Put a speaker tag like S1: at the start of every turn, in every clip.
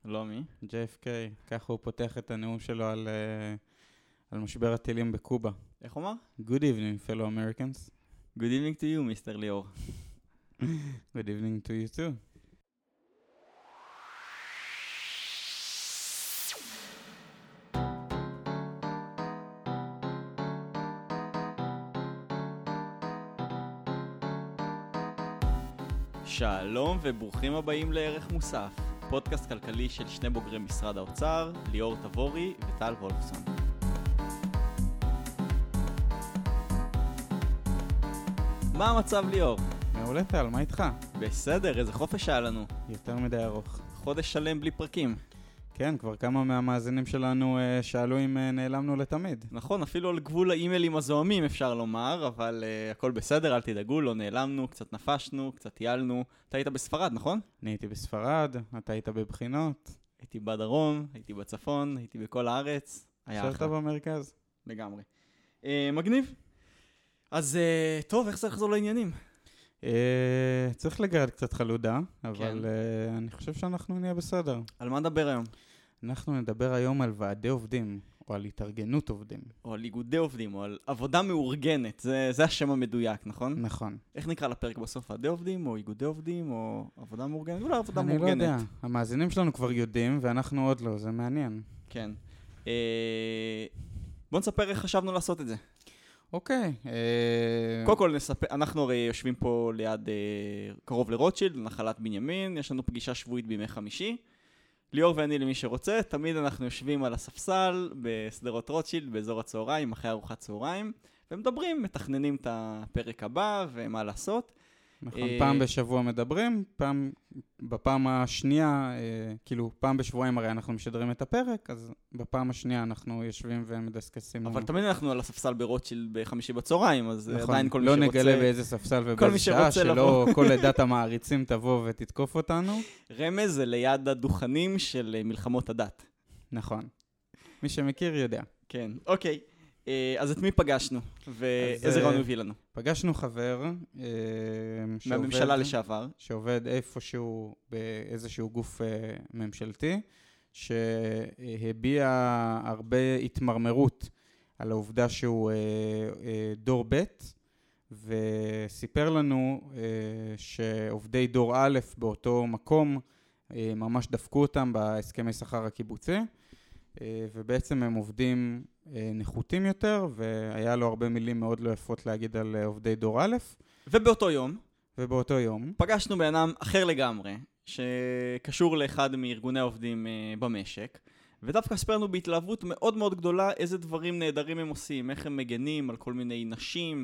S1: לא מי?
S2: JFK, ככה הוא פותח את הנאום שלו על משבר הטילים בקובה.
S1: איך הוא אמר?
S2: Good evening, fellow Americans.
S1: Good evening to you, מיסטר ליאור.
S2: Good evening to you too.
S1: שלום וברוכים הבאים לערך מוסף, פודקאסט כלכלי של שני בוגרי משרד האוצר, ליאור תבורי וטל וולפסון. מה המצב ליאור?
S2: מעולה טל, מה איתך?
S1: בסדר, איזה חופש היה לנו.
S2: יותר מדי ארוך.
S1: חודש שלם בלי פרקים.
S2: כן, כבר כמה מהמאזינים שלנו שאלו אם נעלמנו לתמיד.
S1: נכון, אפילו על גבול האימיילים הזוהמים אפשר לומר, אבל הכל בסדר, אל תדאגו, לא נעלמנו, קצת נפשנו, קצת טיילנו. אתה היית בספרד, נכון?
S2: אני הייתי בספרד, אתה היית בבחינות.
S1: הייתי בדרום, הייתי בצפון, הייתי בכל הארץ. היה
S2: ישבת במרכז?
S1: לגמרי. מגניב. אז טוב, איך זה לחזור לעניינים?
S2: צריך לגרד קצת חלודה, אבל אני חושב שאנחנו נהיה בסדר.
S1: על מה נדבר היום?
S2: אנחנו נדבר היום על ועדי עובדים, או על התארגנות עובדים.
S1: או על איגודי עובדים, או על עבודה מאורגנת. זה השם המדויק, נכון?
S2: נכון.
S1: איך נקרא לפרק בסוף? ועדי עובדים, או איגודי עובדים, או עבודה מאורגנת? אולי עבודה מאורגנת.
S2: אני לא יודע. המאזינים שלנו כבר יודעים, ואנחנו עוד לא. זה מעניין.
S1: כן. בוא נספר איך חשבנו לעשות את זה.
S2: אוקיי.
S1: קודם כל נספר, אנחנו הרי יושבים פה ליד, קרוב לרוטשילד, נחלת בנימין, יש לנו פגישה שבועית בימי חמישי. ליאור ואני, למי שרוצה, תמיד אנחנו יושבים על הספסל בסדרות רוטשילד באזור הצהריים, אחרי ארוחת צהריים, ומדברים, מתכננים את הפרק הבא ומה לעשות.
S2: נכון, פעם בשבוע מדברים, בפעם השנייה, כאילו פעם בשבועיים הרי אנחנו משדרים את הפרק, אז בפעם השנייה אנחנו יושבים ומדסקסים.
S1: אבל תמיד אנחנו על הספסל ברוטשילד בחמישי בצהריים, אז עדיין כל מי
S2: שרוצה... לא
S1: שרוצה...
S2: נגלה באיזה ספסל ובאיזה שעה, שלא כל עדת המעריצים תבוא ותתקוף אותנו.
S1: רמז זה ליד הדוכנים של מלחמות הדת.
S2: נכון. מי שמכיר יודע.
S1: כן, אוקיי. אז את מי פגשנו, ואיזה רעיון הביא לנו?
S2: פגשנו חבר
S1: מהממשלה לשעבר,
S2: שעובד איפשהו באיזשהו גוף ממשלתי, שהביע הרבה התמרמרות על העובדה שהוא דור ב', וסיפר לנו שעובדי דור א' באותו מקום ממש דפקו אותם בהסכמי שכר הקיבוצי, ובעצם הם עובדים נחותים יותר, והיה לו הרבה מילים מאוד לא יפות להגיד על עובדי דור א'.
S1: ובאותו יום פגשנו באדם אחר לגמרי, שקשור לאחד מארגוני העובדים במשק, ודווקא ספרנו בהתלהבות מאוד מאוד גדולה איזה דברים נהדרים הם עושים, איך הם מגנים על כל מיני נשים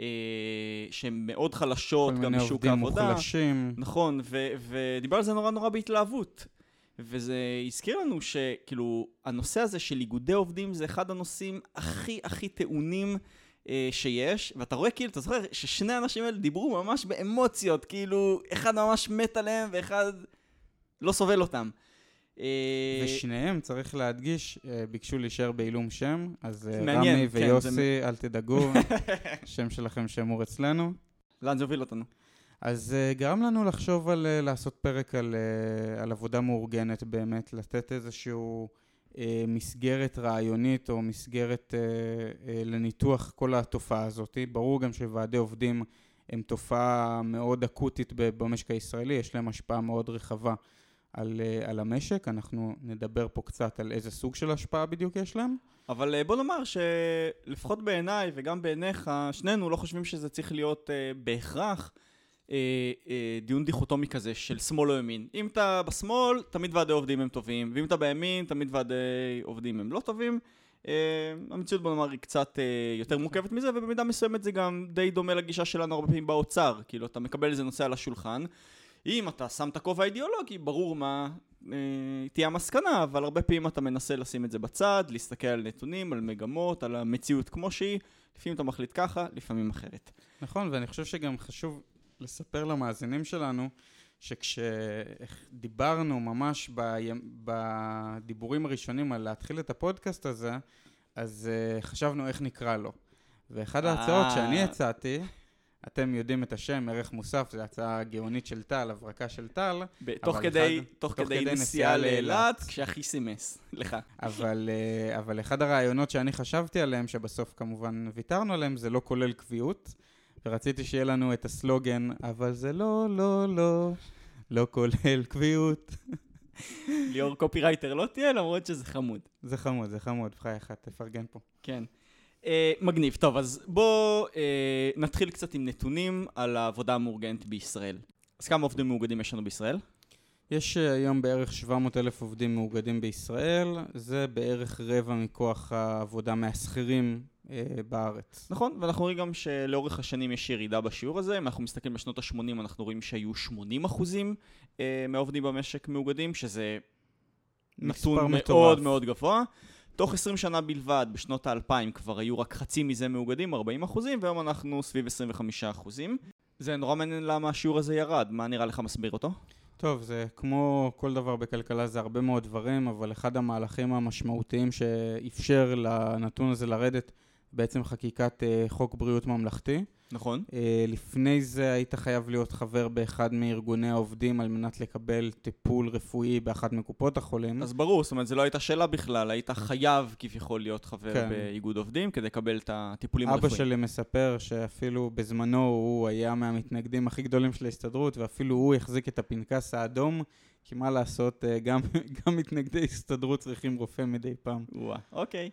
S1: שהן מאוד חלשות גם בשוק העבודה.
S2: כל מיני עובדים מוחלשים.
S1: נכון, ודיבר על זה נורא נורא בהתלהבות. וזה הזכיר לנו שכאילו הנושא הזה של איגודי עובדים זה אחד הנושאים הכי טעונים שיש, ואתה רואה כאילו, אתה זוכר ששני האנשים האלה דיברו ממש באמוציות, כאילו אחד ממש מת עליהם ואחד לא סובל אותם.
S2: ושניהם, צריך להדגיש, ביקשו להישאר בעילום שם, אז
S1: מעניין,
S2: רמי ויוסי, אל תדאגו, שם שלכם שמור אצלנו.
S1: לאן זה הוביל אותנו?
S2: אז גרם לנו לחשוב על לעשות פרק על עבודה מאורגנת באמת, לתת איזשהו מסגרת רעיונית או מסגרת לניתוח כל התופעה הזאת. ברור גם שוועדי עובדים הם תופעה מאוד אקוטית במשק הישראלי, יש להם השפעה מאוד רחבה על המשק. אנחנו נדבר פה קצת על איזה סוג של השפעה בדיוק יש להם. אבל
S1: בוא נאמר שלפחות בעיניי וגם בעיניך, שנינו לא חושבים שזה צריך להיות בהכרח דיון דיכוטומי כזה של שמאל או ימין. אם אתה בשמאל, תמיד ועדי עובדים הם טובים, ואם אתה בימין, תמיד ועדי עובדים הם לא טובים. המציאות בוא נאמר היא קצת יותר מורכבת מזה, ובמידה מסוימת זה גם די דומה לגישה שלנו הרבה פעמים באוצר. כאילו אתה מקבל איזה נושא על השולחן, אם אתה שם את הכובע האידיאולוגי, ברור מה תהיה המסקנה, אבל הרבה פעמים אתה מנסה לשים את זה בצד, להסתכל על נתונים, על מגמות, על המציאות כמו שהיא. לפעמים אתה מחליט ככה, לפעמים אחרת.
S2: נכון, ואני חושב שגם חשוב לספר למאזינים שלנו, שכשדיברנו ממש בדיבורים הראשונים על להתחיל את הפודקאסט הזה, אז חשבנו איך נקרא לו. ואחד ההצעות שאני הצעתי, אתם יודעים את השם, ערך מוסף, זו הצעה גאונית של טל, הברקה של טל.
S1: תוך כדי נסיעה לאילת, כשהכי סימס לך.
S2: אבל אחד הרעיונות שאני חשבתי עליהם, שבסוף כמובן ויתרנו עליהם, זה לא כולל קביעות, ורציתי שיהיה לנו את הסלוגן, אבל זה לא כולל קביעות.
S1: ליאור קופירייטר לא תהיה, למרות שזה חמוד.
S2: זה חמוד, בחייך, תפרגן פה.
S1: כן. מגניב. טוב, אז בואו נתחיל קצת עם נתונים על העבודה המאורגנת בישראל. אז כמה עובדים מאוגדים יש לנו בישראל?
S2: יש היום בערך 700,000 עובדים מאוגדים בישראל, זה בערך רבע מכוח העבודה מהשכירים בארץ.
S1: נכון, ואנחנו רואים גם שלאורך השנים יש ירידה בשיעור הזה. אם אנחנו מסתכלים בשנות ה-80, אנחנו רואים שהיו 80% מהעובדים במשק מאוגדים, שזה נתון מאוד מאוד גבוה. תוך 20 שנה בלבד, בשנות ה-2000 כבר היו רק חצי מזה מאוגדים, 40%, והיום אנחנו סביב 25%. זה נורא מעניין למה השיעור הזה ירד. מה נראה לך מסביר אותו?
S2: טוב, זה כמו כל דבר בכלכלה, זה הרבה מאוד דברים, אבל אחד המהלכים המשמעותיים שאפשר לנתון הזה לרדת, בעצם חקיקת חוק בריאות ממלכתי.
S1: נכון.
S2: לפני זה היית חייב להיות חבר באחד מארגוני העובדים על מנת לקבל טיפול רפואי באחת מקופות החולים.
S1: אז ברור, זאת אומרת, זה לא הייתה שאלה בכלל, היית חייב כביכול להיות חבר באיגוד עובדים כדי לקבל את הטיפולים הרפואיים.
S2: אבא שלי מספר שאפילו בזמנו הוא היה מהמתנגדים הכי גדולים של ההסתדרות, ואפילו הוא החזיק את הפנקס האדום, כי מה לעשות, גם מתנגדי הסתדרות צריכים רופא מדי פעם.
S1: אוקיי.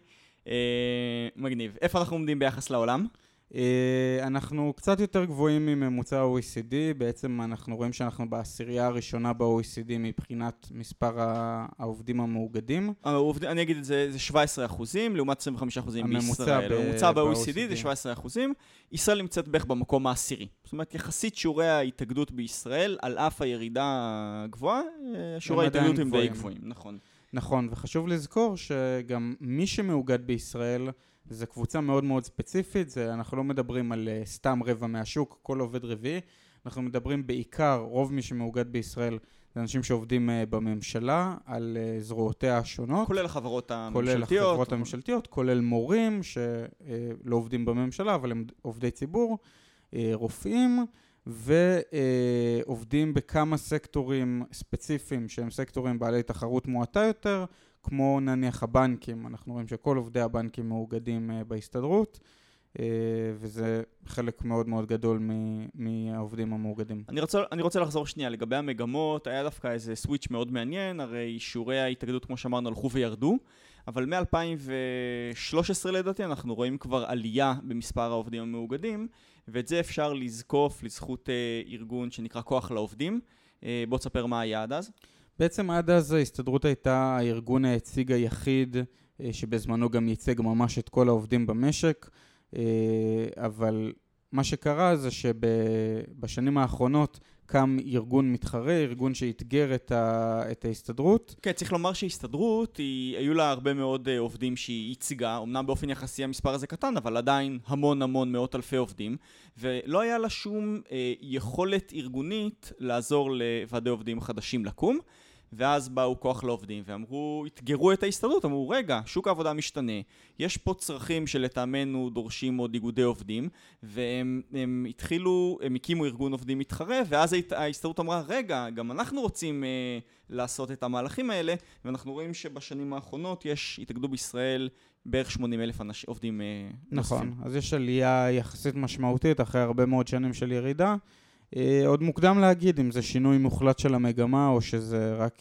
S1: מגניב. איפה אנחנו עומדים ביחס לעולם?
S2: אנחנו קצת יותר גבוהים מממוצע ה-OECD, בעצם אנחנו רואים שאנחנו בעשירייה הראשונה ב-OECD מבחינת מספר העובדים המאוגדים.
S1: אני אגיד את זה, זה 17%, לעומת 25% בישראל. הממוצע ב-OECD זה 17%. ישראל נמצאת בערך במקום העשירי. זאת אומרת, יחסית שיעורי ההתאגדות בישראל, על אף הירידה הגבוהה, שיעורי ההתאגדות הם די גבוהים, נכון.
S2: נכון, וחשוב לזכור שגם מי שמאוגד בישראל, זו קבוצה מאוד מאוד ספציפית, אנחנו לא מדברים על סתם רבע מהשוק, כל עובד רביעי, אנחנו מדברים בעיקר, רוב מי שמאוגד בישראל, זה אנשים שעובדים בממשלה, על זרועותיה השונות.
S1: כולל החברות הממשלתיות.
S2: כולל החברות הממשלתיות, כולל מורים שלא עובדים בממשלה, אבל הם עובדי ציבור, רופאים, ועובדים בכמה סקטורים ספציפיים, שהם סקטורים בעלי תחרות מועטה יותר, כמו נניח הבנקים. אנחנו רואים שכל עובדי הבנקים מאוגדים בהסתדרות, וזה חלק מאוד מאוד גדול מהעובדים המאוגדים.
S1: אני רוצה לחזור שנייה לגבי המגמות. היה דווקא איזה סוויץ' מאוד מעניין, הרי שיעורי ההתאגדות, כמו שאמרנו, הלכו וירדו, אבל מ-2013 לדעתי אנחנו רואים כבר עלייה במספר העובדים המאוגדים, ואת זה אפשר לזקוף לזכות ארגון שנקרא כוח לעובדים. בוא תספר מה היה עד אז.
S2: בעצם עד אז ההסתדרות הייתה הארגון היציג היחיד, שבזמנו גם ייצג ממש את כל העובדים במשק, אבל מה שקרה זה שבשנים האחרונות קם ארגון מתחרה, ארגון שהתגר את ההסתדרות.
S1: כן, צריך לומר שההסתדרות, היו לה הרבה מאוד עובדים שהיא ייצגה, אמנם באופן יחסי המספר הזה קטן, אבל עדיין המון מאות אלפי עובדים, ולא היה לה שום יכולת ארגונית לעזור לוועדי עובדים חדשים לקום, ואז באו כוח לעובדים ואמרו, התגרו את ההסתדרות, אמרו, רגע, שוק העבודה משתנה, יש פה צרכים שלטעמנו דורשים עוד איגודי עובדים, והם הקימו ארגון עובדים מתחרה, ואז ההסתדרות אמרה, רגע, גם אנחנו רוצים לעשות את המהלכים האלה, ואנחנו רואים שבשנים האחרונות התאגדו בישראל בערך 80,000 עובדים
S2: נכון, אז יש עלייה יחסית משמעותית אחרי הרבה מאוד שנים של ירידה. עוד מוקדם להגיד אם זה שינוי מוחלט של המגמה או שזה רק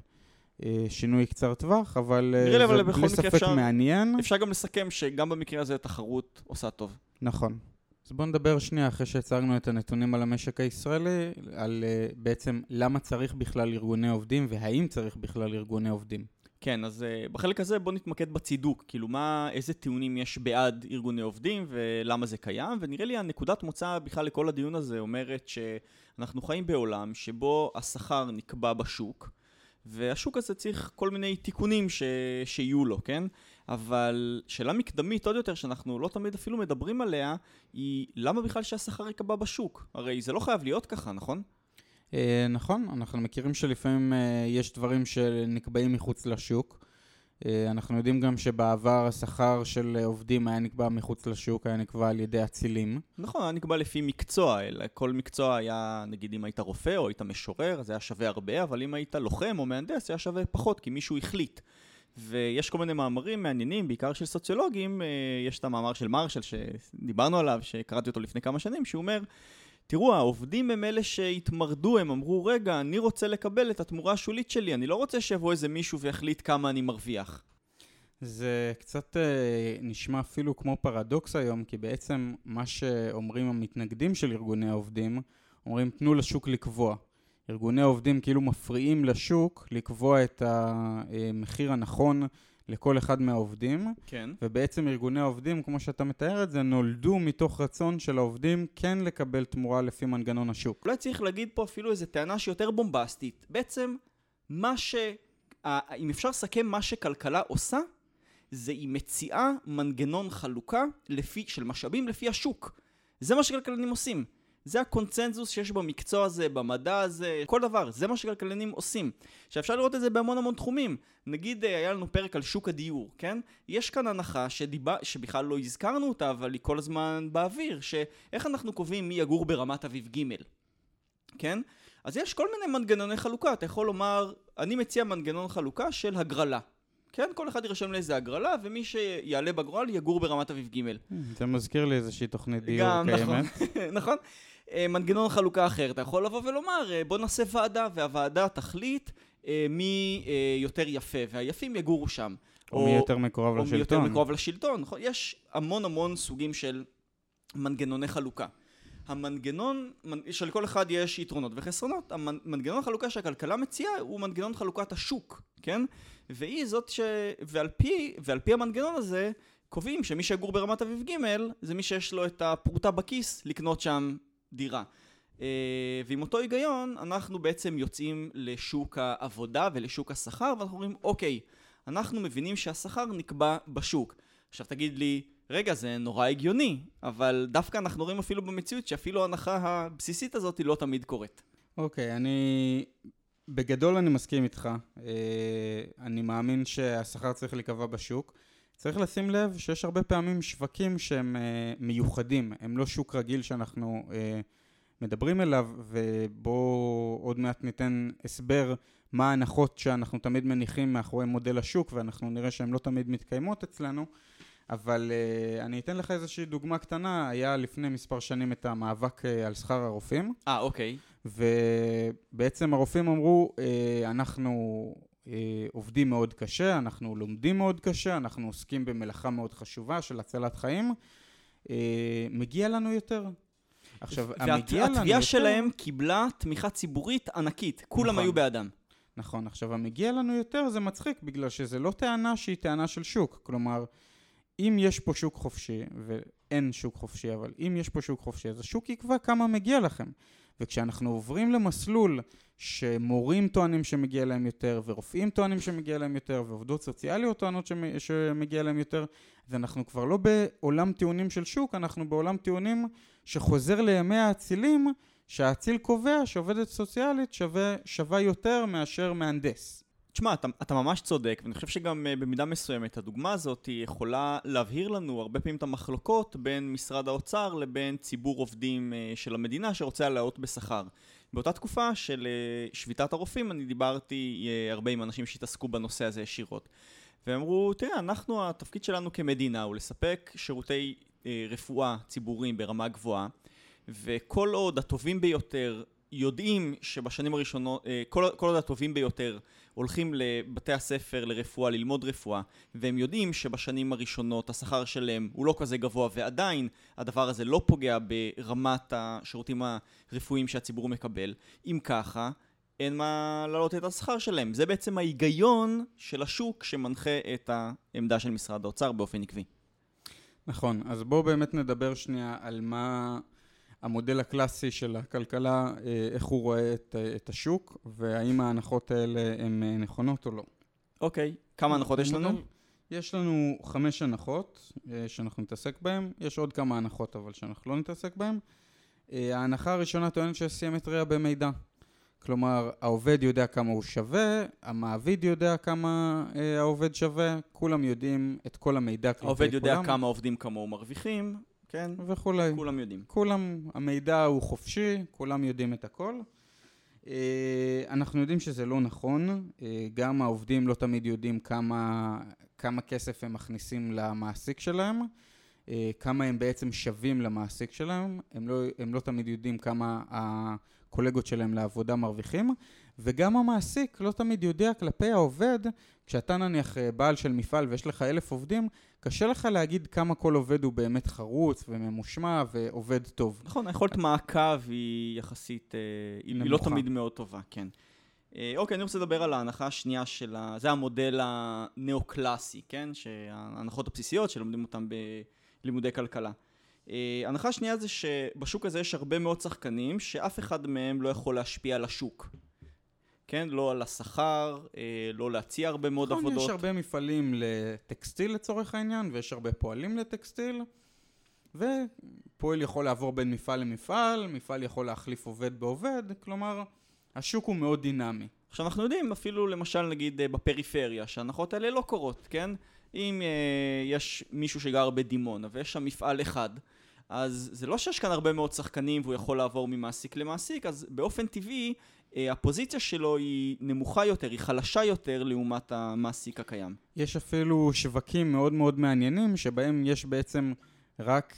S2: שינוי קצר טווח, אבל זה בלי ספק מעניין.
S1: אפשר גם לסכם שגם במקרה הזה התחרות עושה טוב.
S2: נכון. אז בואו נדבר שנייה אחרי שהצגנו את הנתונים על המשק הישראלי, על בעצם למה צריך בכלל ארגוני עובדים והאם צריך בכלל ארגוני עובדים.
S1: כן, אז בחלק הזה בוא נתמקד בצידוק, כאילו איזה טיעונים יש בעד ארגוני עובדים ולמה זה קיים, ונראה לי הנקודת מוצא בכלל לכל הדיון הזה אומרת שאנחנו חיים בעולם שבו השכר נקבע בשוק, והשוק הזה צריך כל מיני תיקונים שיהיו לו, כן? אבל שאלה מקדמית עוד יותר שאנחנו לא תמיד אפילו מדברים עליה, היא למה בכלל שהשכר יקבע בשוק? הרי זה לא חייב להיות ככה, נכון?
S2: נכון, אנחנו מכירים שלפעמים יש דברים שנקבעים מחוץ לשוק, אנחנו יודעים גם שבעבר השכר של עובדים היה נקבע מחוץ לשוק, היה נקבע על ידי אצילים.
S1: נכון, היה נקבע לפי מקצוע, כל מקצוע היה, נגיד אם היית רופא או היית משורר, זה היה שווה הרבה, אבל אם היית לוחם או מהנדס, היה שווה פחות, כי מישהו החליט. ויש כל מיני מאמרים מעניינים, בעיקר של סוציולוגים, יש את המאמר של מרשל שדיברנו עליו, שקראתי אותו לפני כמה שנים, שהוא אומר, תראו, העובדים הם אלה שהתמרדו, הם אמרו, רגע, אני רוצה לקבל את התמורה השולית שלי, אני לא רוצה שיבוא איזה מישהו ויחליט כמה אני מרוויח.
S2: זה קצת נשמע אפילו כמו פרדוקס היום, כי בעצם מה שאומרים המתנגדים של ארגוני העובדים, אומרים תנו לשוק לקבוע. ארגוני העובדים כאילו מפריעים לשוק לקבוע את המחיר הנכון לכל אחד מהעובדים.
S1: כן.
S2: ובעצם ארגוני העובדים, כמו שאתה מתאר את זה, נולדו מתוך רצון של העובדים כן לקבל תמורה לפי מנגנון השוק.
S1: אולי צריך להגיד פה אפילו איזו טענה שיותר בומבסטית. בעצם, אם אפשר לסכם מה שכלכלה עושה, זה היא מציעה מנגנון חלוקה של משאבים לפי השוק. זה מה שכלכלנים עושים. זה הקונצנזוס שיש במקצוע הזה, במדע הזה, כל דבר. זה מה שכלכלנים עושים. שאפשר לראות את זה בהמון המון תחומים. נגיד, היה לנו פרק על שוק הדיור, כן? יש כאן הנחה שבכלל לא הזכרנו אותה, אבל היא כל הזמן באוויר, שאיך אנחנו קובעים מי יגור ברמת אביב ג', כן? אז יש כל מיני מנגנוני חלוקה. אתה יכול לומר, אני מציע מנגנון חלוקה של הגרלה. כן, כל אחד ירשם לאיזה הגרלה, ומי שיעלה בגרל יגור ברמת אביב ג'.
S2: זה מזכיר לי איזושהי תוכנית דיור קיימת.
S1: נכון. מנגנון חלוקה אחר, אתה יכול לבוא ולומר, בוא נעשה ועדה, והוועדה תחליט מי יותר יפה, והיפים יגורו שם.
S2: או מי יותר מקורב לשלטון.
S1: או מי יותר מקורב לשלטון, נכון? יש המון סוגים של מנגנוני חלוקה. המנגנון, של כל אחד יש יתרונות וחסרונות. המנגנון החלוקה שהכלכלה מציעה הוא מנגנון חלוקת השוק, כן? והיא זאת ועל פי המנגנון הזה, קובעים שמי שיגור ברמת אביב ג' זה מי שיש לו את הפרוטה בכיס לקנות שם דירה. ועם אותו היגיון, אנחנו בעצם יוצאים לשוק העבודה ולשוק השכר, ואנחנו אומרים, אוקיי, אנחנו מבינים שהשכר נקבע בשוק. עכשיו תגיד לי, רגע, זה נורא הגיוני, אבל דווקא אנחנו רואים אפילו במציאות שאפילו ההנחה הבסיסית הזאת היא לא תמיד קורית.
S2: אוקיי, בגדול אני מסכים איתך. אני מאמין שהשכר צריך להיקבע בשוק. צריך לשים לב שיש הרבה פעמים שווקים שהם מיוחדים, הם לא שוק רגיל שאנחנו מדברים אליו, ובוא עוד מעט ניתן הסבר מה ההנחות שאנחנו תמיד מניחים מאחורי מודל השוק, ואנחנו נראה שהן לא תמיד מתקיימות אצלנו, אבל אני אתן לך איזושהי דוגמה קטנה. היה לפני מספר שנים את המאבק על שכר הרופאים.
S1: אוקיי.
S2: ובעצם הרופאים אמרו, אנחנו עובדים מאוד קשה, אנחנו לומדים מאוד קשה, אנחנו עוסקים במלאכה מאוד חשובה של הצלת חיים, מגיע לנו יותר. עכשיו,
S1: והתביעה שלהם קיבלה תמיכה ציבורית ענקית, כולם היו באדם.
S2: נכון, עכשיו המגיע לנו יותר זה מצחיק, בגלל שזה לא טענה שהיא טענה של שוק, כלומר, אם יש פה שוק חופשי, ואין שוק חופשי, אבל אם יש פה שוק חופשי, אז השוק יקבע כמה מגיע לכם. וכשאנחנו עוברים למסלול שמורים טוענים שמגיע להם יותר, ורופאים טוענים שמגיע להם יותר, ועובדות סוציאליות טוענות שמגיע להם יותר, אז אנחנו כבר לא בעולם טיעונים של שוק, אנחנו בעולם טיעונים שחוזר לימי האצילים, שהאציל קובע שעובדת סוציאלית שווה יותר מאשר מהנדס.
S1: תשמע, אתה ממש צודק, ואני חושב שגם במידה מסוימת הדוגמה הזאת היא יכולה להבהיר לנו הרבה פעמים את המחלוקות בין משרד האוצר לבין ציבור עובדים של המדינה שרוצה לעלות בשכר. באותה תקופה של שביתת הרופאים אני דיברתי הרבה עם אנשים שהתעסקו בנושא הזה ישירות. והם אמרו, תראה, התפקיד שלנו כמדינה הוא לספק שירותי רפואה ציבוריים ברמה גבוהה, וכל עוד הטובים ביותר יודעים שבשנים הראשונות, כל עוד הטובים ביותר הולכים לבתי הספר לרפואה, ללמוד רפואה, והם יודעים שבשנים הראשונות השכר שלהם הוא לא כזה גבוה, ועדיין הדבר הזה לא פוגע ברמת השירותים הרפואיים שהציבור מקבל. אם ככה, אין מה לעלות את השכר שלהם. זה בעצם ההיגיון של השוק שמנחה את העמדה של משרד האוצר באופן עקבי.
S2: נכון, אז בואו באמת נדבר שנייה על מה המודל הקלאסי של הכלכלה, איך הוא רואה את השוק, והאם ההנחות האלה הן נכונות או לא.
S1: אוקיי, כמה הנחות יש לנו?
S2: יש לנו 5 הנחות שאנחנו נתעסק בהן, יש עוד כמה הנחות אבל שאנחנו לא נתעסק בהן. ההנחה הראשונה טוענת שיש סימטריה במידע. כלומר, העובד יודע כמה הוא שווה, המעביד יודע כמה העובד שווה, כולם יודעים את כל המידע.
S1: העובד יודע כמה עובדים כמוהו מרוויחים, כן?
S2: וכולי.
S1: כולם יודעים.
S2: המידע הוא חופשי, כולם יודעים את הכל. אנחנו יודעים שזה לא נכון, גם העובדים לא תמיד יודעים כמה כסף הם מכניסים למעסיק שלהם, כמה הם בעצם שווים למעסיק שלהם, הם לא תמיד יודעים כמה הקולגות שלהם לעבודה מרוויחים, וגם המעסיק לא תמיד יודע כלפי העובד, כשאתה נניח בעל של מפעל ויש לך 1,000 עובדים, קשה לך להגיד כמה כל עובד הוא באמת חרוץ וממושמע ועובד טוב.
S1: נכון, היכולת מעקב היא יחסית, היא לא תמיד מאוד טובה, כן. אוקיי, אני רוצה לדבר על ההנחה השנייה זה המודל הנאו-קלאסי, כן? ההנחות הבסיסיות שלומדים אותם בלימודי כלכלה. ההנחה השנייה זה שבשוק הזה יש הרבה מאוד שחקנים שאף אחד מהם לא יכול להשפיע על השוק. כן, לא על השכר, לא להציע הרבה מאוד עבודות.
S2: יש הרבה מפעלים לטקסטיל לצורך העניין, ויש הרבה פועלים לטקסטיל, ופועל יכול לעבור בין מפעל למפעל, מפעל יכול להחליף עובד בעובד, כלומר, השוק הוא מאוד דינמי.
S1: עכשיו אנחנו יודעים, אפילו למשל נגיד בפריפריה, שההנחות האלה לא קורות, כן? אם יש מישהו שגר בדימונה ויש שם מפעל אחד, אז זה לא שיש כאן הרבה מאוד שחקנים והוא יכול לעבור ממעסיק למעסיק, אז באופן טבעי הפוזיציה שלו היא נמוכה יותר, היא חלשה יותר לעומת המעסיק הקיים.
S2: יש אפילו שווקים מאוד מאוד מעניינים שבהם יש בעצם רק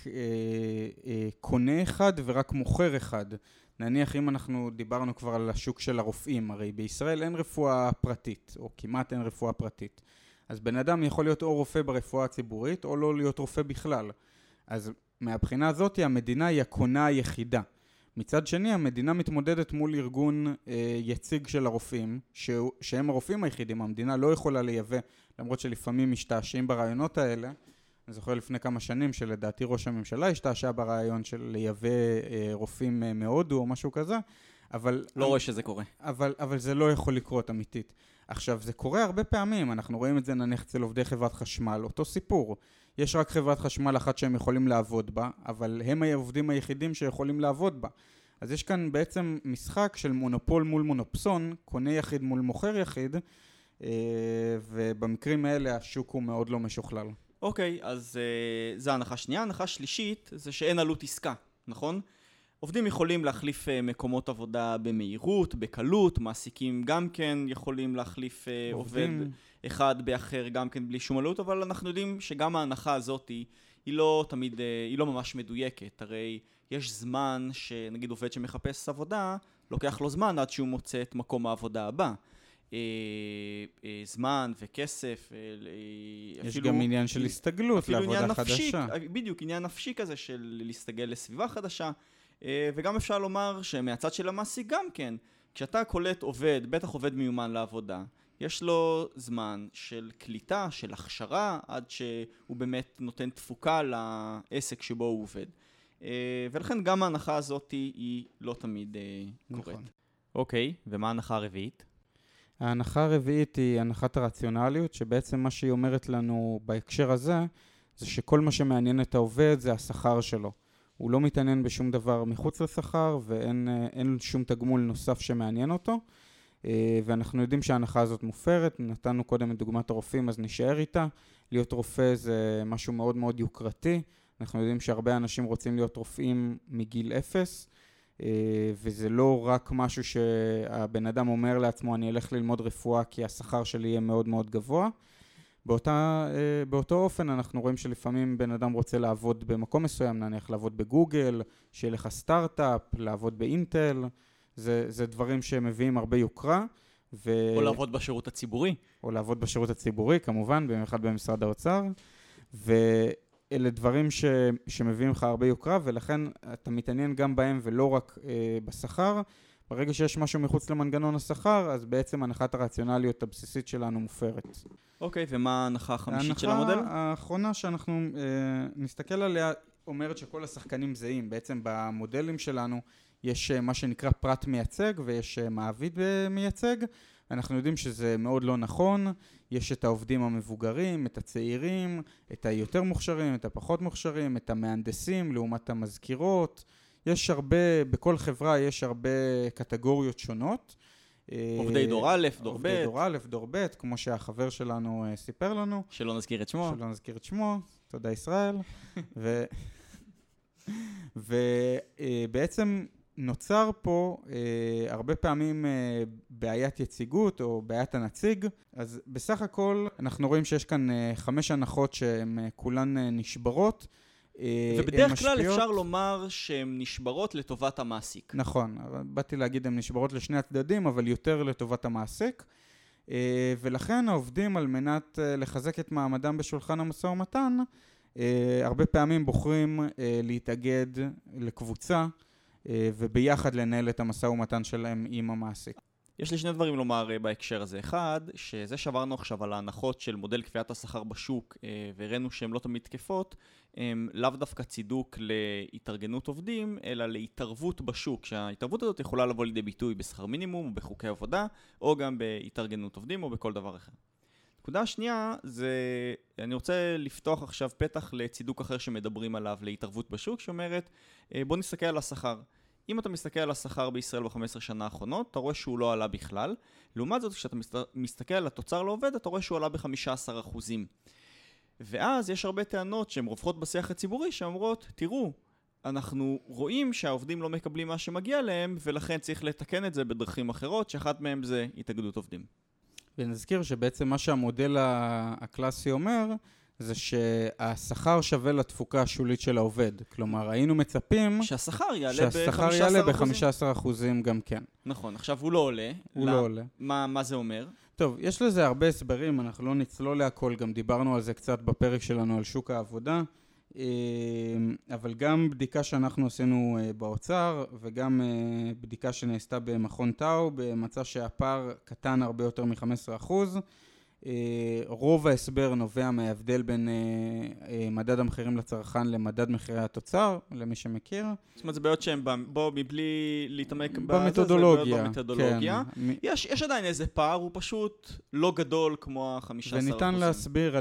S2: קונה אחד ורק מוכר אחד. נניח אם אנחנו דיברנו כבר על השוק של הרופאים, הרי בישראל אין רפואה פרטית, או כמעט אין רפואה פרטית. אז בן אדם יכול להיות או רופא ברפואה הציבורית, או לא להיות רופא בכלל. אז מהבחינה הזאת המדינה היא הקונה היחידה. מצד שני, המדינה מתמודדת מול ארגון יציג של הרופאים, שהם הרופאים היחידים. המדינה לא יכולה לייבא, למרות שלפעמים משתעשעים ברעיונות האלה. אני זוכר לפני כמה שנים שלדעתי ראש הממשלה השתעשע ברעיון של לייבא רופאים מהודו או משהו כזה, אבל
S1: לא רואה שזה קורה.
S2: אבל זה לא יכול לקרות אמיתית. עכשיו, זה קורה הרבה פעמים, אנחנו רואים את זה נניח אצל עובדי חברת חשמל, אותו סיפור. יש רק חברת חשמל אחת שהם יכולים לעבוד בה, אבל הם העובדים היחידים שיכולים לעבוד בה. אז יש כאן בעצם משחק של מונופול מול מונופסון, קונה יחיד מול מוכר יחיד, ובמקרים האלה השוק הוא מאוד לא משוכלל.
S1: אוקיי, אז זו ההנחה שנייה. ההנחה שלישית זה שאין עלות עסקה, נכון? עובדים יכולים להחליף מקומות עבודה במהירות, בקלות, מעסיקים גם כן יכולים להחליף עובד אחד באחר גם כן בלי שום עלות, אבל אנחנו יודעים שגם ההנחה הזאת היא לא תמיד, היא לא ממש מדויקת. הרי יש זמן שנגיד עובד שמחפש עבודה, לוקח לו זמן עד שהוא מוצא את מקום העבודה הבא. זמן וכסף,
S2: יש גם עניין של הסתגלות לעבודה חדשה.
S1: בדיוק, עניין נפשי כזה של להסתגל לסביבה חדשה. וגם אפשר לומר שמהצד של המעסיק גם כן, כשאתה קולט עובד, בטח עובד מיומן לעבודה, יש לו זמן של קליטה, של הכשרה, עד שהוא באמת נותן תפוקה לעסק שבו הוא עובד. ולכן גם ההנחה הזאת היא לא תמיד קורית. אוקיי, ומה ההנחה הרביעית?
S2: ההנחה הרביעית היא הנחת הרציונליות, שבעצם מה שהיא אומרת לנו בהקשר הזה, זה שכל מה שמעניין את העובד זה השכר שלו. הוא לא מתעניין בשום דבר מחוץ לשכר, ואין שום תגמול נוסף שמעניין אותו. ואנחנו יודעים שההנחה הזאת מופרת. נתנו קודם את דוגמת הרופאים, אז נשאר איתה. להיות רופא זה משהו מאוד מאוד יוקרתי. אנחנו יודעים שהרבה אנשים רוצים להיות רופאים מגיל 0, וזה לא רק משהו שהבן אדם אומר לעצמו, אני אלך ללמוד רפואה כי השכר שלי יהיה מאוד מאוד גבוה. באותו אופן אנחנו רואים שלפעמים בן אדם רוצה לעבוד במקום מסוים, נניח לעבוד בגוגל, שיהיה לך סטארט-אפ, לעבוד באינטל, זה דברים שמביאים הרבה יוקרה.
S1: או לעבוד בשירות הציבורי.
S2: או לעבוד בשירות הציבורי, כמובן, במיוחד במשרד האוצר. ואלה דברים שמביאים לך הרבה יוקרה, ולכן אתה מתעניין גם בהם ולא רק בשכר. ברגע שיש משהו מחוץ למנגנון השכר, אז בעצם הנחת הרציונליות הבסיסית שלנו מופרת.
S1: אוקיי, ומה ההנחה החמישית של המודל?
S2: ההנחה האחרונה שאנחנו נסתכל עליה אומרת שכל השחקנים זהים. בעצם במודלים שלנו יש מה שנקרא פרט מייצג ויש מעביד מייצג. אנחנו יודעים שזה מאוד לא נכון. יש את העובדים המבוגרים, את הצעירים, את היותר מוכשרים, את הפחות מוכשרים, את המהנדסים לעומת המזכירות. יש הרבה, בכל חברה יש הרבה קטגוריות שונות.
S1: עובדי דור א', דור ב'.
S2: עובדי דור א', דור ב', כמו שהחבר שלנו סיפר לנו.
S1: שלא נזכיר את שמו.
S2: שלא נזכיר את שמו, תודה ישראל. ובעצם נוצר פה הרבה פעמים בעיית יציגות או בעיית הנציג. אז בסך הכל אנחנו רואים שיש כאן 5 הנחות שהן כולן נשברות.
S1: ובדרך כלל אפשר לומר שהן נשברות לטובת המעסיק.
S2: נכון, באתי להגיד הן נשברות לשני הצדדים, אבל יותר לטובת המעסיק. ולכן העובדים על מנת לחזק את מעמדם בשולחן המשא ומתן, הרבה פעמים בוחרים להתאגד לקבוצה, וביחד לנהל את המשא ומתן שלהם עם המעסיק.
S1: יש לי 2 דברים לומר בהקשר הזה. אחד, שזה שעברנו עכשיו על ההנחות של מודל קביעת השכר בשוק, והראינו שהן לא תמיד תקפות, הם לאו דווקא צידוק להתארגנות עובדים, אלא להתערבות בשוק, שההתערבות הזאת יכולה לבוא לידי ביטוי בשכר מינימום, או בחוקי עבודה, או גם בהתארגנות עובדים, או בכל דבר אחר. נקודה השנייה זה, אני רוצה לפתוח עכשיו פתח לצידוק אחר שמדברים עליו, להתערבות בשוק, שאומרת, בוא נסתכל על השכר. אם אתה מסתכל על השכר בישראל ב-15 שנה האחרונות, אתה רואה שהוא לא עלה בכלל. לעומת זאת, כשאתה מסתכל על התוצר לעובד, אתה רואה שהוא עלה ב-15%. ואז יש הרבה טענות שהן רווחות בשיח הציבורי, שאומרות, תראו, אנחנו רואים שהעובדים לא מקבלים מה שמגיע להם, ולכן צריך לתקן את זה בדרכים אחרות, שאחת מהם זה התאגדות עובדים.
S2: ונזכיר שבעצם מה שהמודל הקלאסי אומר, זה שהשכר שווה לתפוקה השולית של העובד. כלומר, היינו מצפים
S1: שהשכר
S2: יעלה ב-15% גם כן.
S1: נכון, עכשיו הוא לא עולה.
S2: הוא לא עולה.
S1: מה זה אומר?
S2: טוב, יש לזה הרבה הסברים, אנחנו לא נצלול להכל, גם דיברנו על זה קצת בפרק שלנו על שוק העבודה, אבל גם בדיקה שאנחנו עשינו באוצר, וגם בדיקה שנעשתה במכון טאו, במצא שהפער קטן הרבה יותר מ-15%, רוב ההסבר נובע מההבדל בין מדד המחירים לצרכן למדד מחירי התוצר, למי שמכיר.
S1: זאת אומרת, זה בעיות שהן מבלי להתעמק
S2: במתודולוגיה.
S1: כן. יש עדיין איזה פער, הוא פשוט לא גדול כמו ה-15%.
S2: וניתן להסביר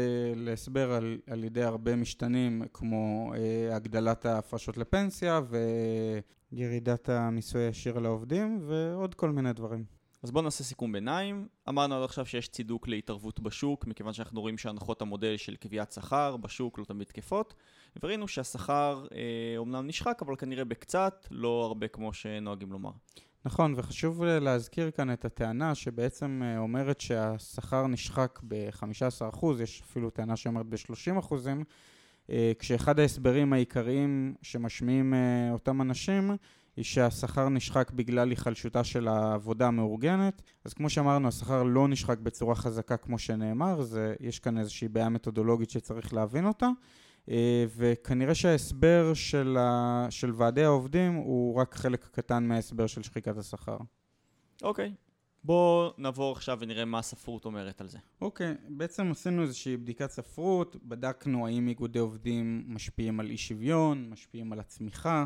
S2: על ידי הרבה משתנים, כמו הגדלת ההפרשות לפנסיה וירידת המיסוי הישיר לעובדים, ועוד כל מיני דברים.
S1: אז בואו נעשה סיכום ביניים. אמרנו עד עכשיו שיש צידוק להתערבות בשוק, מכיוון שאנחנו רואים שהנחות המודל של קביעת שכר בשוק לא תמיד תקפות, וראינו שהשכר אומנם נשחק, אבל כנראה בקצת, לא הרבה כמו שנוהגים לומר.
S2: נכון, וחשוב להזכיר כאן את הטענה שבעצם אומרת שהשכר נשחק ב-15%, יש אפילו טענה שאומרת ב-30%, כשאחד ההסברים העיקריים שמשמיעים אותם אנשים, היא שהשכר נשחק בגלל היחלשותה של העבודה המאורגנת. אז כמו שאמרנו, השכר לא נשחק בצורה חזקה כמו שנאמר, יש כאן איזושהי בעיה מתודולוגית שצריך להבין אותה, וכנראה שההסבר של ועדי העובדים הוא רק חלק קטן מההסבר של שחיקת השכר.
S1: אוקיי. בואו נעבור עכשיו ונראה מה הספרות אומרת על זה.
S2: אוקיי, בעצם עשינו איזושהי בדיקת ספרות, בדקנו האם איגודי עובדים משפיעים על אי שוויון, משפיעים על הצמיחה,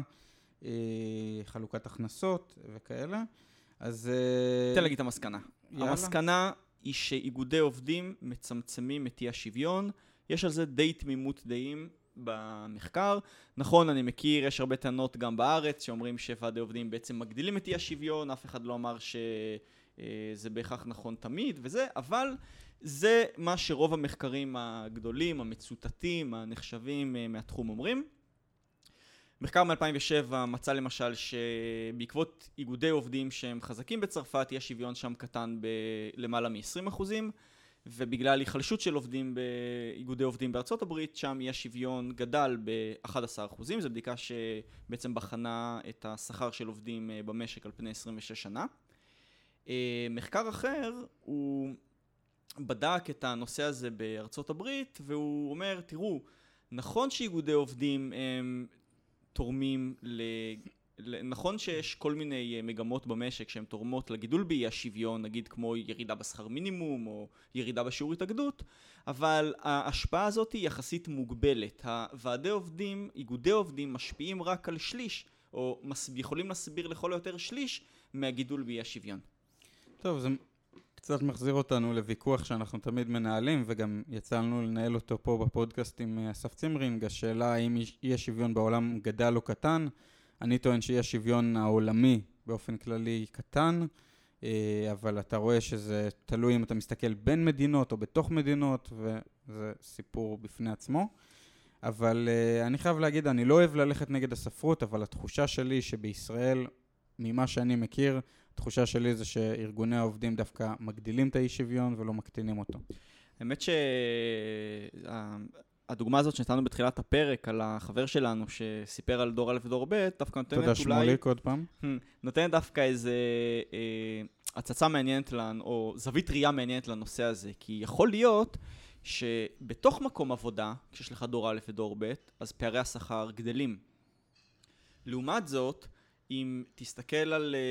S2: חלוקת הכנסות וכאלה. אז
S1: תן להגיד את המסקנה. המסקנה היא שאיגודי עובדים מצמצמים את אי השוויון. יש על זה די תמימות דעים במחקר. נכון, אני מכיר, יש הרבה טענות גם בארץ שאומרים שוועדי עובדים בעצם מגדילים את אי השוויון, אף אחד לא אמר שזה בהכרח נכון תמיד וזה, אבל זה מה שרוב המחקרים הגדולים, המצוטטים, הנחשבים מהתחום אומרים. מחקר מ-2007 מצא למשל שבעקבות איגודי עובדים שהם חזקים בצרפת, אי השוויון שם קטן בלמעלה מ-20%, ובגלל היחלשות של עובדים באיגודי עובדים בארצות הברית, שם אי השוויון גדל ב-11%. זו בדיקה שבעצם בחנה את השכר של עובדים במשק על פני 26 שנה. מחקר אחר, הוא בדק את הנושא הזה בארצות הברית, והוא אומר, תראו, נכון שאיגודי עובדים הם תורמים נכון שיש כל מיני מגמות במשק שהן תורמות לגידול באי השוויון, נגיד כמו ירידה בשכר מינימום או ירידה בשיעור התאגדות, אבל ההשפעה הזאת היא יחסית מוגבלת. הוועדי עובדים, איגודי עובדים משפיעים רק על שליש, או יכולים להסביר לכל היותר שליש מהגידול באי השוויון.
S2: טוב, זה קצת מחזיר אותנו לוויכוח שאנחנו תמיד מנהלים, וגם יצאנו לנהל אותו פה בפודקאסט עם אסף צימרינג, השאלה האם אי השוויון בעולם גדל או קטן. אני טוען שאי השוויון העולמי באופן כללי קטן, אבל אתה רואה שזה תלוי אם אתה מסתכל בין מדינות או בתוך מדינות, וזה סיפור בפני עצמו. אבל אני חייב להגיד, אני לא אוהב ללכת נגד הספרות, אבל התחושה שלי שבישראל, ממה שאני מכיר, התחושה שלי זה שארגוני העובדים דווקא מגדילים את האי שוויון ולא מקטינים אותו.
S1: האמת שהדוגמה הזאת שנתנו בתחילת הפרק על החבר שלנו שסיפר על דור א' ודור ב', דווקא נותנת
S2: תודה שמוליק עוד פעם.
S1: נותנת דווקא איזה הצצה מעניינת או זווית ראייה מעניינת לנושא הזה, כי יכול להיות שבתוך מקום עבודה, כשיש לך דור א' ודור ב', אז פערי השכר גדלים. לעומת זאת, אם תסתכל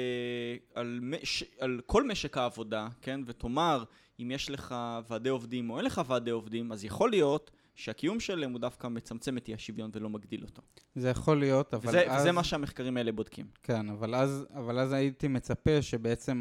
S1: על כל משק העבודה, כן, ותאמר, אם יש לך ועדי עובדים או אין לך ועדי עובדים, אז יכול להיות שהקיום שלהם הוא דווקא מצמצם את אי השוויון ולא מגדיל אותו.
S2: זה יכול להיות, אבל
S1: וזה מה שהמחקרים האלה בודקים.
S2: כן, אבל אז הייתי מצפה שבעצם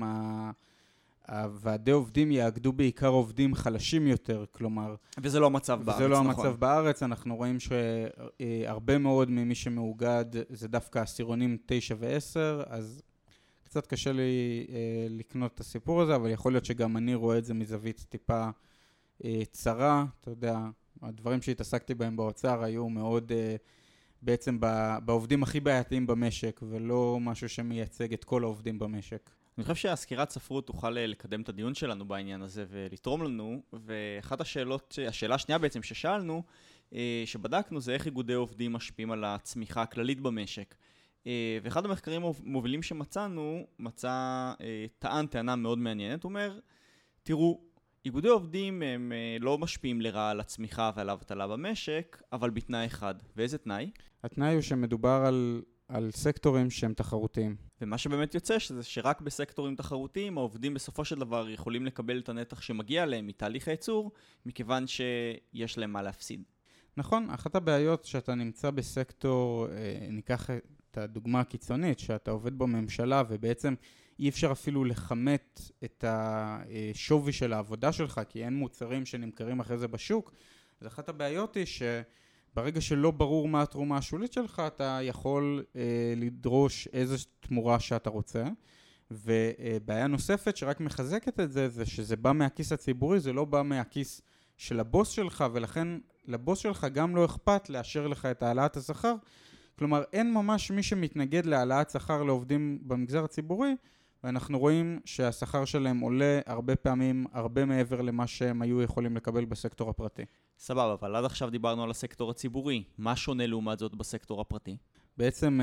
S2: הוועדי עובדים יאגדו בעיקר עובדים חלשים יותר, כלומר...
S1: וזה לא המצב בארץ,
S2: וזה לא המצב בארץ, אנחנו רואים שהרבה מאוד ממי שמאוגד זה דווקא עשירונים 9 ו-10, אז קצת קשה לי לקנות את הסיפור הזה, אבל יכול להיות שגם אני רואה את זה מזווית טיפה צרה, אתה יודע, הדברים שהתעסקתי בהם באוצר היו מאוד בעצם בעובדים הכי בעייתיים במשק, ולא משהו שמייצג את כל העובדים במשק.
S1: אני חושב שהסקירת ספרות תוכל לקדם את הדיון שלנו בעניין הזה ולתרום לנו, ואחת השאלות, השאלה השנייה בעצם ששאלנו, שבדקנו זה איך איגודי עובדים משפיעים על הצמיחה הכללית במשק. ואחד המחקרים המובילים שמצאנו, טען טענה מאוד מעניינת, הוא אומר, תראו, איגודי עובדים הם לא משפיעים לרעה על הצמיחה ועל האבטלה במשק, אבל בתנאי אחד. ואיזה תנאי?
S2: התנאי הוא שמדובר על סקטורים שהם תחרותיים.
S1: ומה שבאמת יוצא שזה שרק בסקטורים תחרותיים העובדים בסופו של דבר יכולים לקבל את הנתח שמגיע להם מתהליך הייצור, מכיוון שיש להם מה להפסיד.
S2: נכון, אחת הבעיות שאתה נמצא בסקטור, ניקח את הדוגמה הקיצונית, שאתה עובד בממשלה ובעצם אי אפשר אפילו לכמת את השווי של העבודה שלך, כי אין מוצרים שנמכרים אחרי זה בשוק. אז אחת הבעיות היא שברגע שלא ברור מה התרומה השולית שלך, אתה יכול לדרוש איזו תמורה שאתה רוצה. ובעיה נוספת שרק מחזקת את זה, זה שזה בא מהכיס הציבורי, זה לא בא מהכיס של הבוס שלך, ולכן לבוס שלך גם לא אכפת לאשר לך את העלאת השכר. כלומר, אין ממש מי שמתנגד להעלאת שכר לעובדים במגזר הציבורי, ואנחנו רואים שהשכר שלהם עולה הרבה פעמים, הרבה מעבר למה שהם היו יכולים לקבל בסקטור הפרטי.
S1: סבבה, אבל עד עכשיו דיברנו על הסקטור הציבורי. מה שונה לעומת זאת בסקטור הפרטי?
S2: בעצם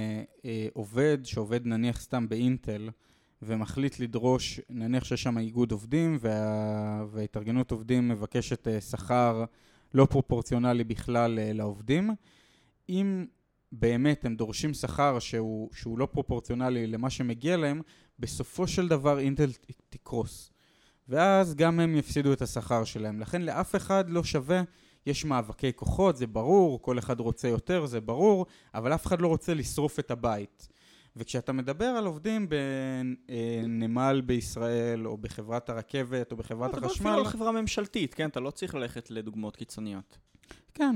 S2: עובד שעובד נניח סתם באינטל, ומחליט לדרוש, נניח שיש שם איגוד עובדים, וההתארגנות עובדים מבקשת שכר לא פרופורציונלי בכלל לעובדים. אם באמת הם דורשים שכר שהוא לא פרופורציונלי למה שמגיע להם, בסופו של דבר אינטל תקרוס. ואז גם הם יפסידו את השכר שלהם. לכן לאף אחד לא שווה, יש מאבקי כוחות, זה ברור, כל אחד רוצה יותר, זה ברור, אבל אף אחד לא רוצה לשרוף את הבית. וכשאתה מדבר על עובדים בנמל בישראל, או בחברת הרכבת, או בחברת החשמל...
S1: אתה אפילו על חברה ממשלתית, כן? אתה לא צריך ללכת לדוגמאות קיצוניות.
S2: כן,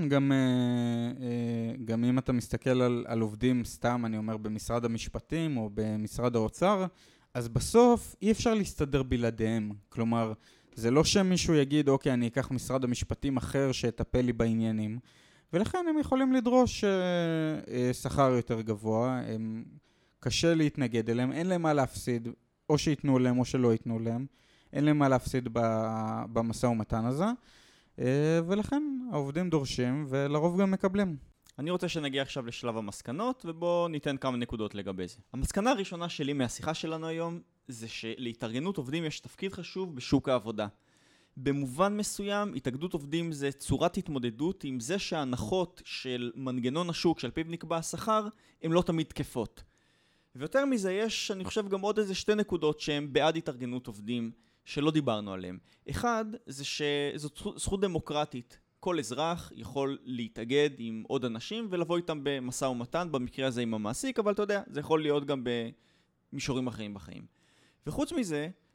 S2: גם אם אתה מסתכל על עובדים סתם, אני אומר, במשרד המשפטים או במשרד האוצר, אז בסוף אי אפשר להסתדר בלעדיהם. כלומר, זה לא שמישהו יגיד, אוקיי, אני אקח משרד המשפטים אחר שיטפל לי בעניינים, ולכן הם יכולים לדרוש שכר יותר גבוה, הם קשה להתנגד אליהם, אין להם מה להפסיד, או שיתנו להם או שלא יתנו להם, אין להם מה להפסיד במשא ומתן הזה, ולכן העובדים דורשים ולרוב גם מקבלים.
S1: אני רוצה שנגיע עכשיו לשלב המסקנות, ובואו ניתן כמה נקודות לגבי זה. המסקנה הראשונה שלי מהשיחה שלנו היום, זה שלהתארגנות עובדים יש תפקיד חשוב בשוק העבודה. במובן מסוים, התאגדות עובדים זה צורת התמודדות עם זה שההנחות של מנגנון השוק שעל פיו נקבע השכר, הן לא תמיד תקפות. ויותר מזה יש, אני חושב, גם עוד איזה שתי נקודות שהן בעד התארגנות עובדים שלא דיברנו עליהן. אחד, זה שזאת זכות דמוקרטית. כל אזרח יכול להתאגד עם עוד אנשים ולבוא איתם במשא ומתן, במקרה הזה עם המעסיק, אבל אתה יודע, זה יכול להיות גם במישורים אחרים בחיים. וחוץ מזה,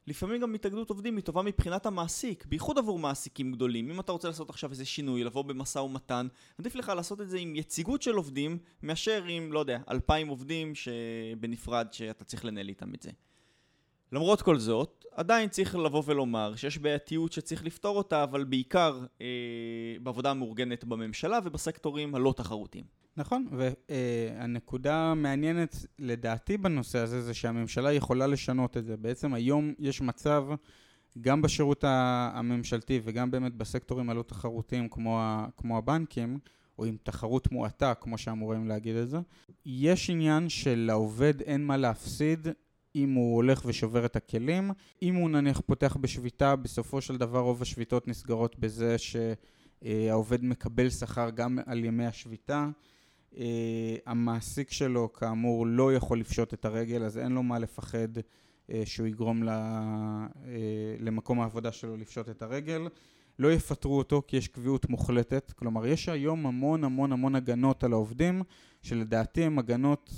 S1: לפעמים גם התאגדות עובדים היא טובה מבחינת המעסיק, בייחוד עבור מעסיקים גדולים. אם אתה רוצה לעשות עכשיו איזה שינוי, לבוא במשא ומתן, עדיף לך לעשות את זה עם יציגות של עובדים, מאשר עם, לא יודע, 2,000 עובדים שבנפרד שאתה צריך לנהל איתם את זה. למרות כל זאת, עדיין צריך לבוא ולומר שיש בעייתיות שצריך לפתור אותה, אבל בעיקר בעבודה המאורגנת בממשלה ובסקטורים הלא תחרותיים.
S2: נכון, והנקודה המעניינת לדעתי בנושא הזה זה שהממשלה יכולה לשנות את זה. בעצם היום יש מצב, גם בשירות הממשלתי וגם באמת בסקטורים הלא תחרותיים כמו הבנקים, או עם תחרות מועטה, כמו שאמורים להגיד את זה, יש עניין שלעובד אין מה להפסיד אם הוא הולך ושובר את הכלים. אם הוא נניח פותח בשביתה, בסופו של דבר רוב השביתות נסגרות בזה שהעובד מקבל שכר גם על ימי השביתה. המעסיק שלו כאמור לא יכול לפשוט את הרגל, אז אין לו מה לפחד שהוא יגרום למקום העבודה שלו לפשוט את הרגל. לא יפטרו אותו כי יש קביעות מוחלטת. כלומר, יש היום המון הגנות על העובדים, שלדעתי הן הגנות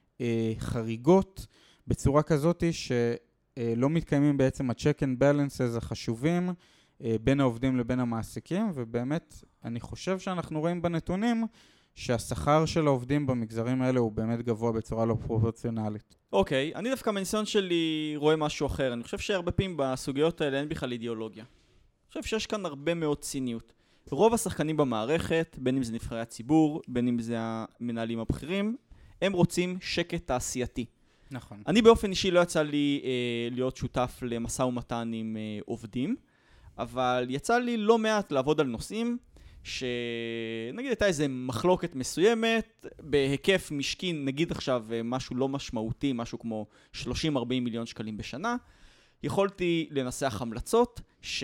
S2: חריגות, בצורה כזאת שלא מתקיימים בעצם ה-check and balances החשובים בין העובדים לבין המעסיקים, ובאמת אני חושב שאנחנו רואים בנתונים שהשכר של העובדים במגזרים האלה הוא באמת גבוה בצורה לא פרופורציונלית.
S1: אוקיי, אני דווקא מניסיון שלי רואה משהו אחר. אני חושב שהרבה פעמים בסוגיות האלה אין בכלל אידיאולוגיה. אני חושב שיש כאן הרבה מאוד ציניות. רוב השחקנים במערכת, בין אם זה נבחרי הציבור, בין אם זה המנהלים הבכירים, הם רוצים שקט תעשייתי.
S2: נכון.
S1: אני באופן אישי לא יצא לי להיות שותף למשא ומתן עם עובדים, אבל יצא לי לא מעט לעבוד על נושאים שנגיד הייתה איזו מחלוקת מסוימת, בהיקף משקי, נגיד עכשיו משהו לא משמעותי, משהו כמו 30-40 מיליון שקלים בשנה, יכולתי לנסח המלצות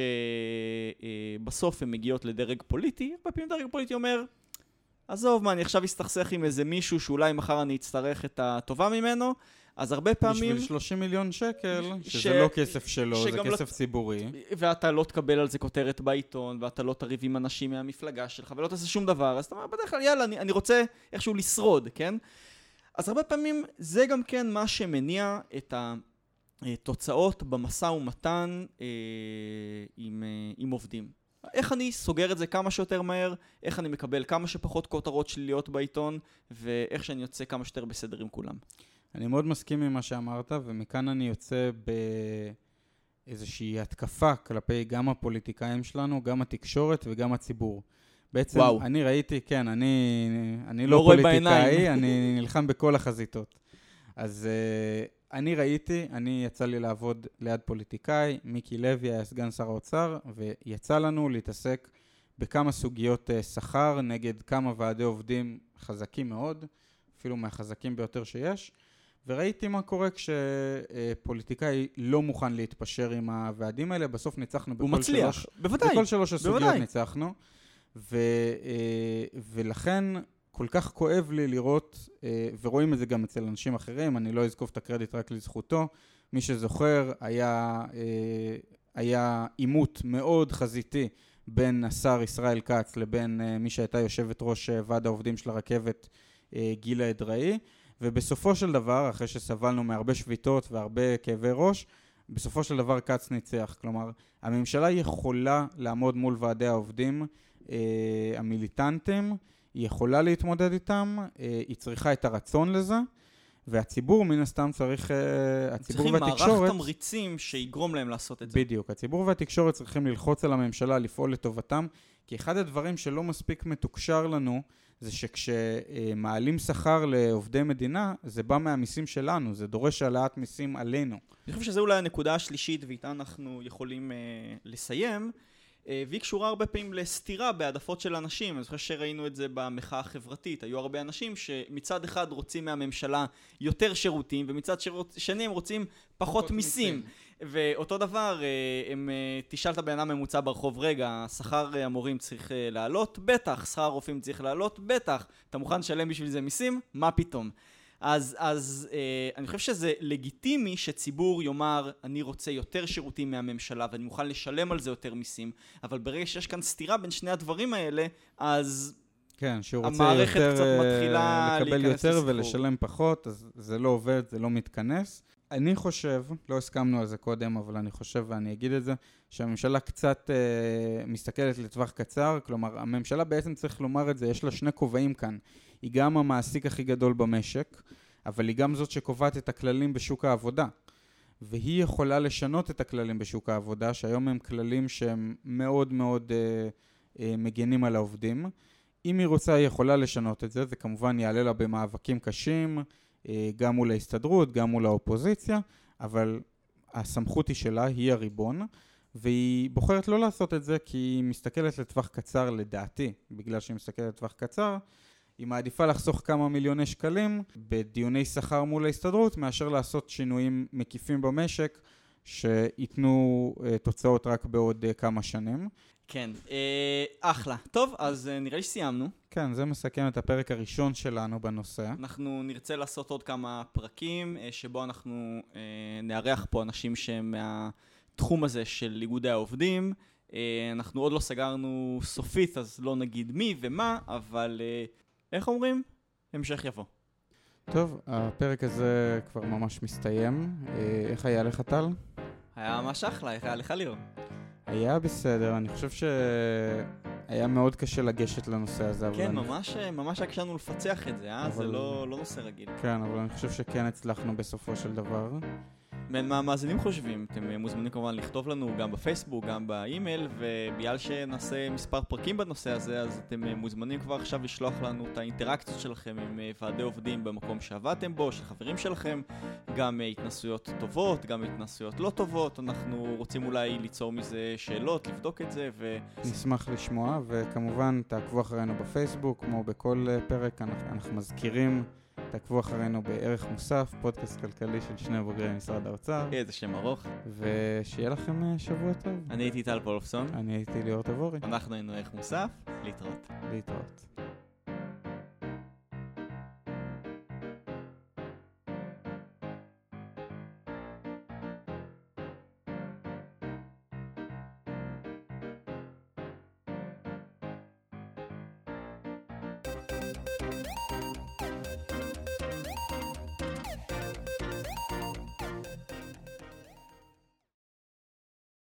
S1: שבסוף הן מגיעות לדרג פוליטי. הרבה פעמים דרג פוליטי אומר, עזוב מה, אני עכשיו אסתכסך עם איזה מישהו שאולי מחר אני אצטרך את הטובה ממנו, אז הרבה פעמים...
S2: בשביל 30 מיליון שקל, שזה לא כסף שלו, זה כסף ציבורי.
S1: ואתה לא תקבל על זה כותרת בעיתון, ואתה לא תריב עם אנשים מהמפלגה שלך, ולא תעשה שום דבר, אז אתה אומר, בדרך כלל, יאללה, אני רוצה איכשהו לשרוד, כן? אז הרבה פעמים זה גם כן מה שמניע את התוצאות במשא ומתן עם עובדים. איך אני סוגר את זה כמה שיותר מהר, איך אני מקבל כמה שפחות כותרות שליליות בעיתון, ואיך שאני יוצא כמה שיותר בסדר עם כולם.
S2: אני מאוד מסכים עם מה שאמרת, ומכאן אני יוצא באיזושהי התקפה כלפי גם הפוליטיקאים שלנו, גם התקשורת וגם הציבור. בעצם וואו. אני ראיתי, כן, אני לא פוליטיקאי, אני נלחם בכל החזיתות. אז אני יצא לי לעבוד ליד פוליטיקאי, מיקי לוי היה סגן שר האוצר, ויצא לנו להתעסק בכמה סוגיות שכר נגד כמה ועדי עובדים חזקים מאוד, אפילו מהחזקים ביותר שיש, וראיתי מה קורה כשפוליטיקאי לא מוכן להתפשר עם הוועדים האלה. בסוף ניצחנו בכל שלוש הסוגיות ניצחנו, ולכן כל כך כואב לי לראות, ורואים את זה גם אצל אנשים אחרים, אני לא אזקוף את הקרדיט רק לזכותו, מי שזוכר היה עימות מאוד חזיתי בין השר ישראל כץ לבין מי שהייתה יושבת ראש ועד העובדים של הרכבת גילה אדראי, ובסופו של דבר, אחרי שסבלנו מהרבה שביתות והרבה כאבי ראש, בסופו של דבר כץ ניצח. כלומר, הממשלה יכולה לעמוד מול ועדי העובדים המיליטנטים, היא יכולה להתמודד איתם, היא צריכה את הרצון לזה, והציבור מן הסתם צריך, הציבור והתקשורת...
S1: צריכים מערך תמריצים שיגרום להם לעשות את זה.
S2: בדיוק, הציבור והתקשורת צריכים ללחוץ על הממשלה, לפעול לטובתם, כי אחד הדברים שלא מספיק מתוקשר לנו, זה שכשמעלים שכר לעובדי מדינה, זה בא מהמיסים שלנו, זה דורש העלאת מיסים עלינו.
S1: אני חושב שזו אולי הנקודה השלישית, ואיתה אנחנו יכולים לסיים, והיא קשורה הרבה פעמים לסתירה בהעדפות של אנשים. אני חושב שראינו את זה במחאה החברתית. היו הרבה אנשים שמצד אחד רוצים מהממשלה יותר שירותים, ומצד שני הם רוצים פחות מיסים. ואותו דבר, תשאל את הבן אדם ממוצע ברחוב, רגע, שכר המורים צריך לעלות? בטח. שכר הרופאים צריך לעלות? בטח. אתה מוכן לשלם בשביל זה מיסים? מה פתאום? אז אני חושב שזה לגיטימי שציבור יאמר, אני רוצה יותר שירותים מהממשלה ואני מוכן לשלם על זה יותר מיסים, אבל ברגע שיש כאן סתירה בין שני הדברים האלה, אז
S2: כן, שהוא רוצה
S1: המערכת
S2: יותר,
S1: קצת מתחילה
S2: לקבל
S1: להיכנס
S2: יותר
S1: לסחרור.
S2: ולשלם פחות, אז זה לא עובד, זה לא מתכנס. אני חושב, לא הסכמנו על זה קודם, אבל אני חושב ואני אגיד את זה, שהממשלה קצת מסתכלת לטווח קצר, כלומר, הממשלה בעצם צריך לומר את זה, יש לה שני כובעים כאן. היא גם המעסיק הכי גדול במשק, אבל היא גם זאת שקובעת את הכללים בשוק העבודה. והיא יכולה לשנות את הכללים בשוק העבודה, שהיום הם כללים שהם מאוד מאוד מגנים על העובדים. אם היא רוצה, היא יכולה לשנות את זה, זה כמובן יעלה לה במאבקים קשים, גם מול ההסתדרות, גם מול האופוזיציה, אבל הסמכות היא שלה, היא הריבון, והיא בוחרת לא לעשות את זה כי היא מסתכלת לטווח קצר לדעתי, בגלל שהיא מסתכלת לטווח קצר, היא מעדיפה לחסוך כמה מיליוני שקלים בדיוני שכר מול ההסתדרות, מאשר לעשות שינויים מקיפים במשק, שיתנו תוצאות רק בעוד כמה שנים.
S1: כן, אחלה. טוב, אז נראה לי שסיימנו.
S2: כן, זה מסכם את הפרק הראשון שלנו בנושא.
S1: אנחנו נרצה לעשות עוד כמה פרקים, שבו אנחנו נארח פה אנשים שהם מהתחום הזה של איגודי העובדים. אנחנו עוד לא סגרנו סופית, אז לא נגיד מי ומה, אבל איך אומרים? המשך יבוא.
S2: טוב, הפרק הזה כבר ממש מסתיים. איך היה לך, טל?
S1: היה ממש אחלה, איך היה לך ליאור?
S2: היה בסדר, אני חושב שהיה מאוד קשה לגשת לנושא הזה.
S1: כן, ממש היה קשנו לפצח את זה, זה לא נושא רגיל.
S2: כן, אבל אני חושב שכן הצלחנו בסופו של דבר.
S1: מה המאזינים חושבים? אתם מוזמנים כמובן לכתוב לנו גם בפייסבוק, גם באימייל, ובגלל שנעשה מספר פרקים בנושא הזה, אז אתם מוזמנים כבר עכשיו לשלוח לנו את האינטראקציות שלכם עם ועדי עובדים במקום שעבדתם בו, של חברים שלכם, גם התנסויות טובות, גם התנסויות לא טובות. אנחנו רוצים אולי ליצור מזה שאלות, לבדוק את זה,
S2: נשמח לשמוע, וכמובן תעקבו אחרינו בפייסבוק, כמו בכל פרק אנחנו מזכירים, תעקבו אחרינו בערך מוסף, פודקאסט כלכלי של שני בוגרי משרד האוצר.
S1: איזה שם ארוך.
S2: ושיהיה לכם שבוע טוב.
S1: אני הייתי טל פולפסון.
S2: אני הייתי ליאור תבורי.
S1: אנחנו היינו ערך מוסף. להתראות.
S2: להתראות.